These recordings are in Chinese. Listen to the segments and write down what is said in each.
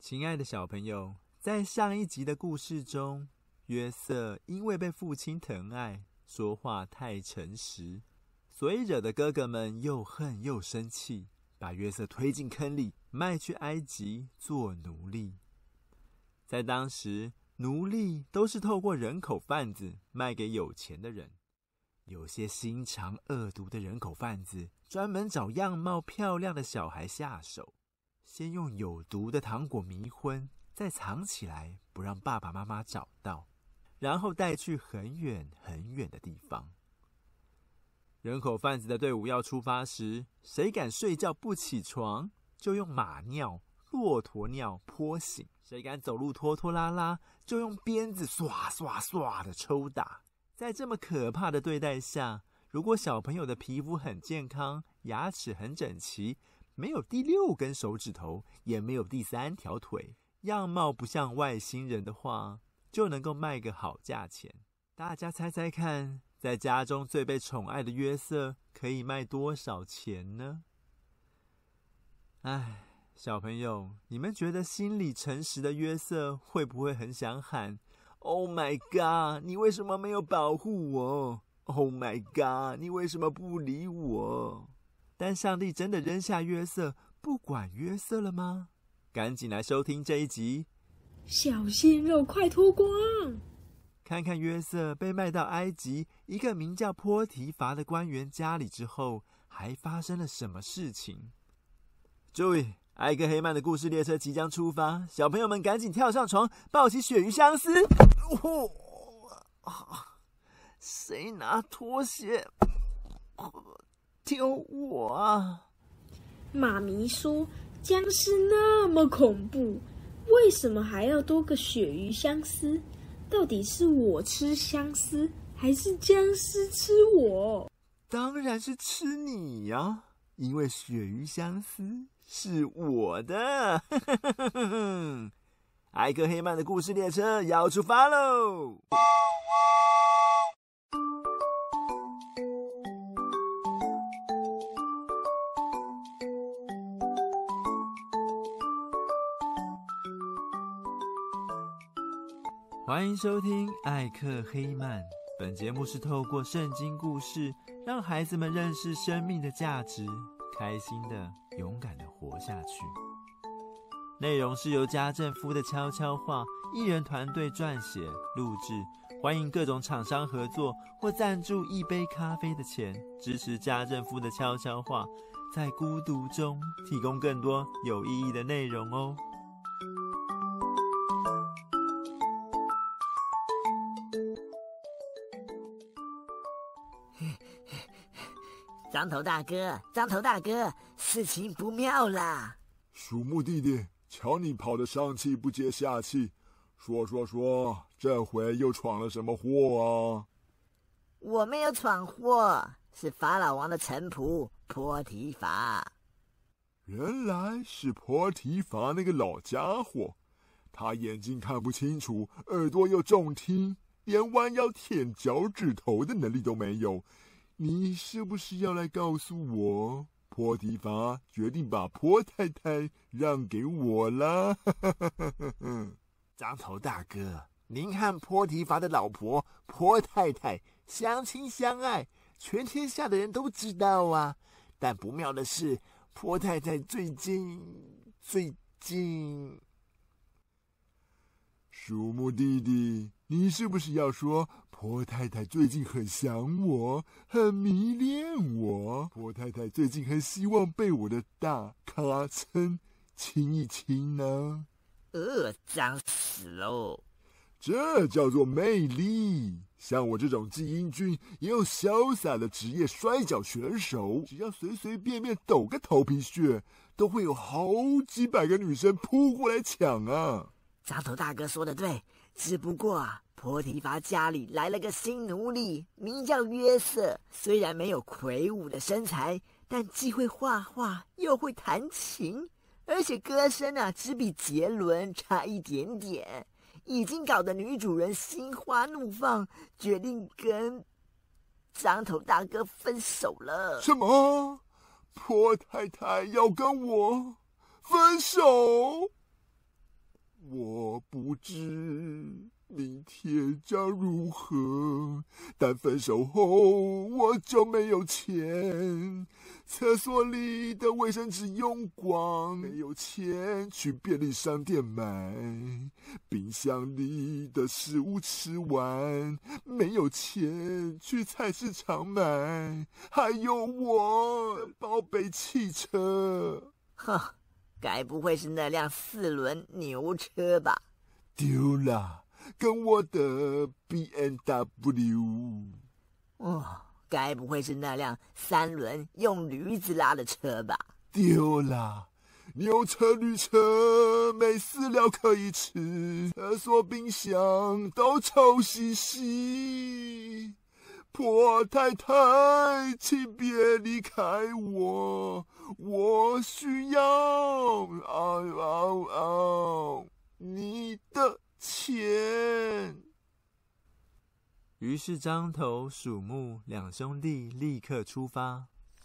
亲爱的小朋友，在上一集的故事中，约瑟因为被父亲疼爱，说话太诚实，所以惹得哥哥们又恨又生气，把约瑟推进坑里，卖去埃及做奴隶。在当时，奴隶都是透过人口贩子卖给有钱的人。有些心肠恶毒的人口贩子专门找样貌漂亮的小孩下手，先用有毒的糖果迷昏，再藏起来不让爸爸妈妈找到，然后带去很远很远的地方。人口贩子的队伍要出发时，谁敢睡觉不起床，就用马尿、骆驼尿泼醒；谁敢走路拖拖拉拉，就用鞭子唰唰唰的抽打。在这么可怕的对待下，如果小朋友的皮肤很健康，牙齿很整齐，没有第6根手指头，也没有第3条腿，样貌不像外星人的话，就能够卖个好价钱。大家猜猜看，在家中最被宠爱的约瑟可以卖多少钱呢？唉，小朋友，你们觉得心里诚实的约瑟会不会很想喊 Oh my God， 你为什么没有保护我？ Oh my God， 你为什么不理我？但上帝真的扔下约瑟，不管约瑟了吗？赶紧来收听这一集， 小鲜肉快脱光， 看看约瑟被卖到埃及一个名叫波提乏的官员家里之后，还发生了什么事情。注意，艾克黑曼的故事列车即将出发，小朋友们赶紧跳上床，抱起鳕鱼相思。谁拿拖鞋丢我啊？ 妈咪说僵尸那么恐怖，为什么还要多个鳕鱼相思？到底是我吃相思，还是僵尸吃我？ 当然是吃你呀，因为鳕鱼相思是我的。艾克黑曼的故事列车要出发喽！欢迎收听艾克黑曼。本节目是透过圣经故事，让孩子们认识生命的价值，开心的、勇敢的活下去。内容是由家政夫的悄悄话艺人团队撰写、录制。欢迎各种厂商合作或赞助一杯咖啡的钱，支持家政夫的悄悄话，在孤独中提供更多有意义的内容哦。 张头大哥，张头大哥，事情不妙啦！ 鼠目弟弟，瞧你跑得上气不接下气，说，这回又闯了什么祸啊？ 我没有闯祸，是法老王的臣仆波提乏。 原来是波提乏那个老家伙，他眼睛看不清楚，耳朵又重听，连弯腰舔脚趾头的能力都没有。你是不是要来告诉我，波提乏决定把波太太让给我啦？ 张头大哥，您和波提乏的老婆波太太相亲相爱，全天下的人都知道啊。但不妙的是，波太太最近， 鼠目弟弟，你是不是要说波太太最近很想我，很迷恋我？波太太最近很希望被我的大咔蹭亲一亲呢？ 脏死喽！ 这叫做魅力。像我这种既英俊也有潇洒的职业摔跤选手，只要随随便便抖个头皮屑，都会有好几百个女生扑过来抢啊！ 张头大哥说的对，只不过波提乏家里来了个新奴隶，名叫约瑟。虽然没有魁梧的身材，但既会画画又会弹琴，而且歌声只比杰伦差一点点，已经搞得女主人心花怒放，决定跟张头大哥分手了。 什么？波太太要跟我分手？ 我不知明天将如何，但分手后我就没有钱，厕所里的卫生纸用光，没有钱去便利商店买，冰箱里的食物吃完，没有钱去菜市场买，还有我的宝贝汽车。 哼，该不会是那辆4轮牛车吧？ 丢了，跟我的 BMW。 该不会是那辆3轮用驴子拉的车吧？ 丢了，牛车驴车没饲料可以吃，厕所冰箱都臭兮兮。破太太，请别离开我，我需要你的钱。 于是张头、鼠目两兄弟立刻出发。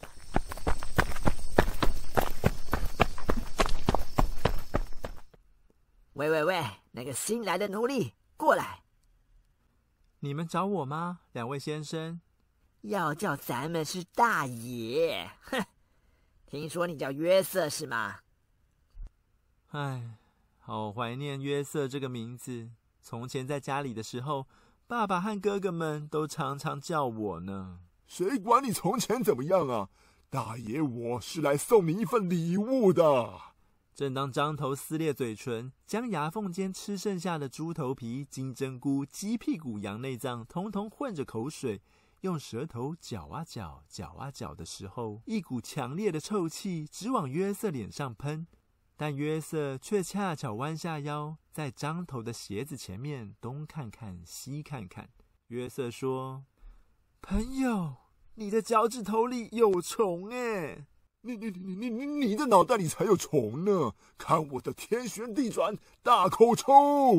喂，那个新来的奴隶，过来！ 你们找我吗，两位先生？ 要叫咱们是大爷。哼，听说你叫约瑟是吗？ 唉，好怀念约瑟这个名字。从前在家里的时候，爸爸和哥哥们都常常叫我呢。 谁管你从前怎么样啊？大爷，我是来送你一份礼物的。 正当张头撕裂嘴唇，将牙缝间吃剩下的猪头皮、金针菇、鸡屁股、羊内脏统统混着口水，用舌头搅啊搅、搅啊搅的时候，一股强烈的臭气直往约瑟脸上喷。但约瑟却恰巧弯下腰，在张头的鞋子前面东看看西看看。约瑟说：“朋友，你的脚趾头里有虫耶！ 你的脑袋里才有虫呢！看我的天旋地转大口臭！”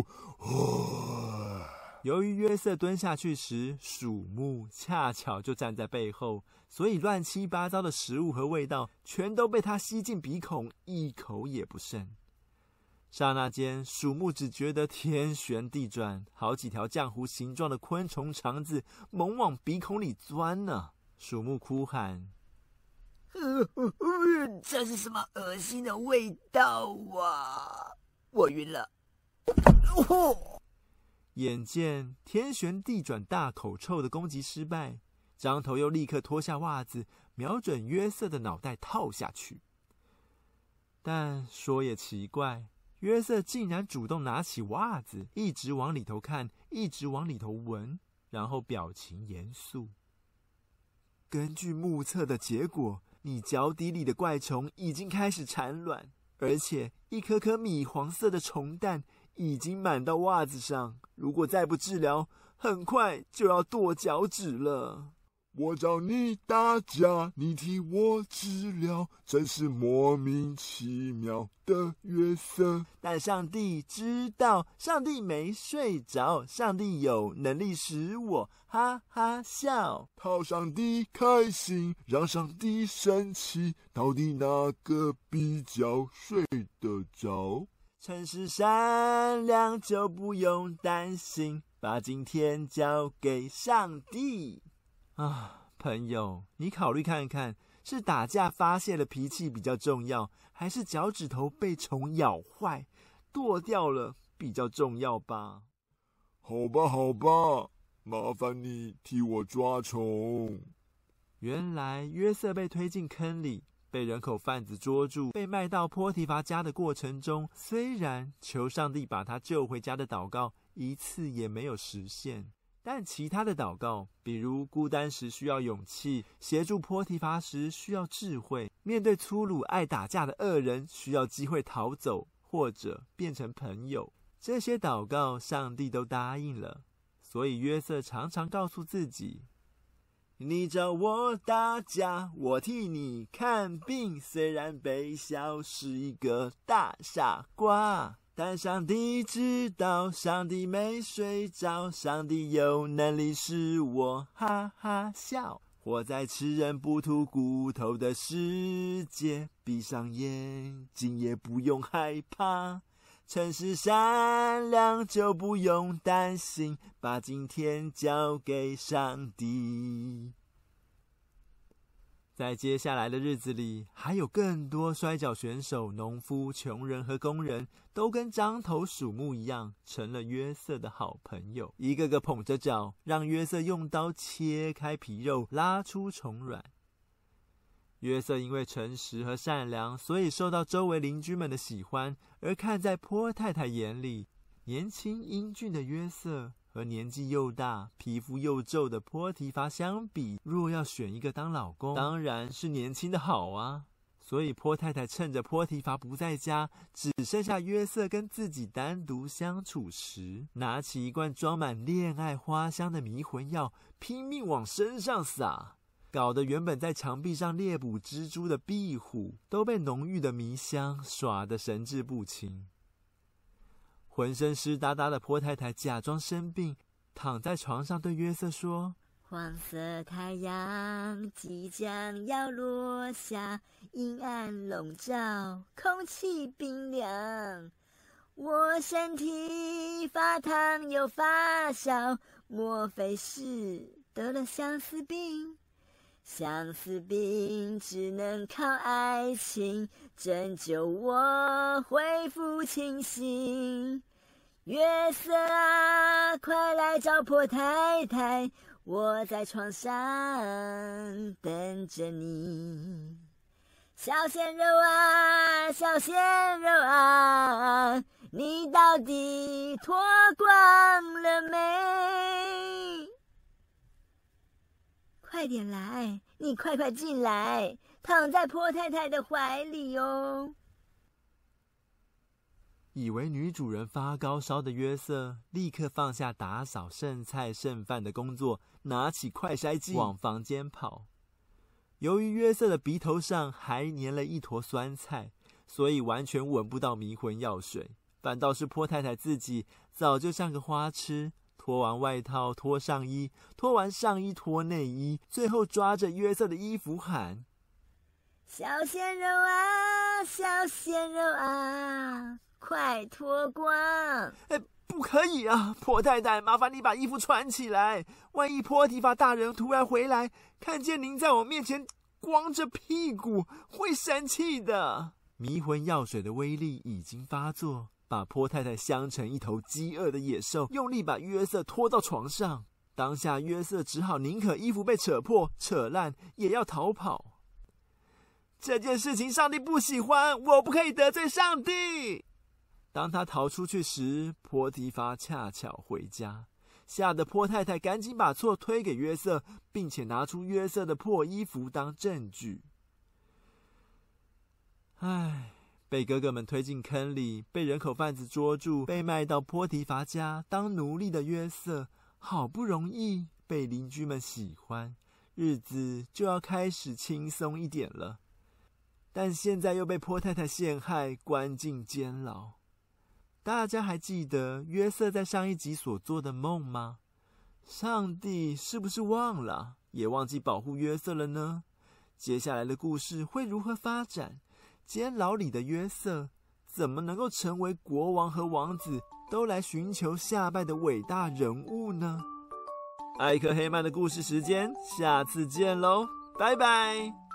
由于约瑟蹲下去时，鼠目恰巧就站在背后，所以乱七八糟的食物和味道全都被他吸进鼻孔，一口也不剩。刹那间，鼠目只觉得天旋地转，好几条浆糊形状的昆虫肠子猛往鼻孔里钻呢。鼠目哭喊： 这是什么恶心的味道啊！我晕了。 眼见天旋地转大口臭的攻击失败，张头又立刻脱下袜子，瞄准约瑟的脑袋套下去。但说也奇怪，约瑟竟然主动拿起袜子，一直往里头看，一直往里头闻，然后表情严肃。根据目测的结果，你脚底里的怪虫已经开始产卵，而且一颗颗米黄色的虫蛋已经满到袜子上，如果再不治疗，很快就要跺脚趾了。 我找你打架，你替我治疗，真是莫名其妙的约瑟。 但上帝知道，上帝没睡着，上帝有能力使我哈哈笑。 讨上帝开心，让上帝生气，到底哪个比较睡得着？ 诚实善良就不用担心，把今天交给上帝。朋友，你考虑看看，是打架发泄了脾气比较重要，还是脚趾头被虫咬坏剁掉了比较重要吧？ 好吧，麻烦你替我抓虫。 原来约瑟被推进坑里，被人口贩子捉住，被卖到波提乏家的过程中，虽然求上帝把他救回家的祷告一次也没有实现，但其他的祷告，比如孤单时需要勇气，协助波提乏时需要智慧，面对粗鲁爱打架的恶人需要机会逃走或者变成朋友，这些祷告上帝都答应了。所以约瑟常常告诉自己，你找我打架，我替你看病，虽然被笑是一个大傻瓜，但上帝知道，上帝没睡着，上帝有能力使我哈哈笑。活在吃人不吐骨头的世界，闭上眼睛也不用害怕， 诚实善良就不用担心，把今天交给上帝。在接下来的日子里，还有更多摔跤选手、农夫、穷人和工人都跟獐头鼠目一样，成了约瑟的好朋友，一个个捧着脚，让约瑟用刀切开皮肉，拉出虫卵。约瑟因为诚实和善良，所以受到周围邻居们的喜欢，而看在波太太眼里，年轻英俊的约瑟和年纪又大、皮肤又皱的波提乏相比，若要选一个当老公，当然是年轻的好啊。所以波太太趁着波提乏不在家，只剩下约瑟跟自己单独相处时，拿起一罐装满恋爱花香的迷魂药，拼命往身上撒，搞得原本在墙壁上猎捕蜘蛛的壁虎都被浓郁的迷香耍得神志不清。浑身湿哒哒的波太太假装生病，躺在床上对约瑟说： 黄色太阳即将要落下，阴暗笼罩，空气冰凉。我身体发烫又发烧，莫非是得了相思病？相思病只能靠爱情拯救我恢复清醒。约瑟啊，快来找波太太，我在床上等着你。小鲜肉啊，小鲜肉啊，你到底脱光了没？快点来，你快进来，躺在波太太的怀里哦。 以为女主人发高烧的约瑟，立刻放下打扫剩菜剩饭的工作，拿起快筛剂往房间跑。由于约瑟的鼻头上还粘了一坨酸菜，所以完全闻不到迷魂药水，反倒是波太太自己早就像个花痴，脱完外套脱上衣，脱完上衣脱内衣，最后抓着约瑟的衣服喊： 小鲜肉啊，小鲜肉啊，快脱光！ 不可以啊，波太太，麻烦你把衣服穿起来，万一波提乏大人突然回来，看见您在我面前光着屁股，会生气的。迷魂药水的威力已经发作，把波太太镶成一头饥饿的野兽，用力把约瑟拖到床上。当下约瑟只好宁可衣服被扯破扯烂，也要逃跑。这件事情上帝不喜欢，我不可以得罪上帝。当他逃出去时，波提乏恰巧回家，吓得波太太赶紧把错推给约瑟，并且拿出约瑟的破衣服当证据。被哥哥们推进坑里，被人口贩子捉住，被卖到波提乏家当奴隶的约瑟，好不容易被邻居们喜欢，日子就要开始轻松一点了。但现在又被波太太陷害，关进监牢。大家还记得约瑟在上一集所做的梦吗？上帝是不是忘了，也忘记保护约瑟了呢？接下来的故事会如何发展？监牢里的约瑟怎么能够成为国王和王子都来寻求下拜的伟大人物呢？艾克黑曼的故事时间，下次见喽，拜拜。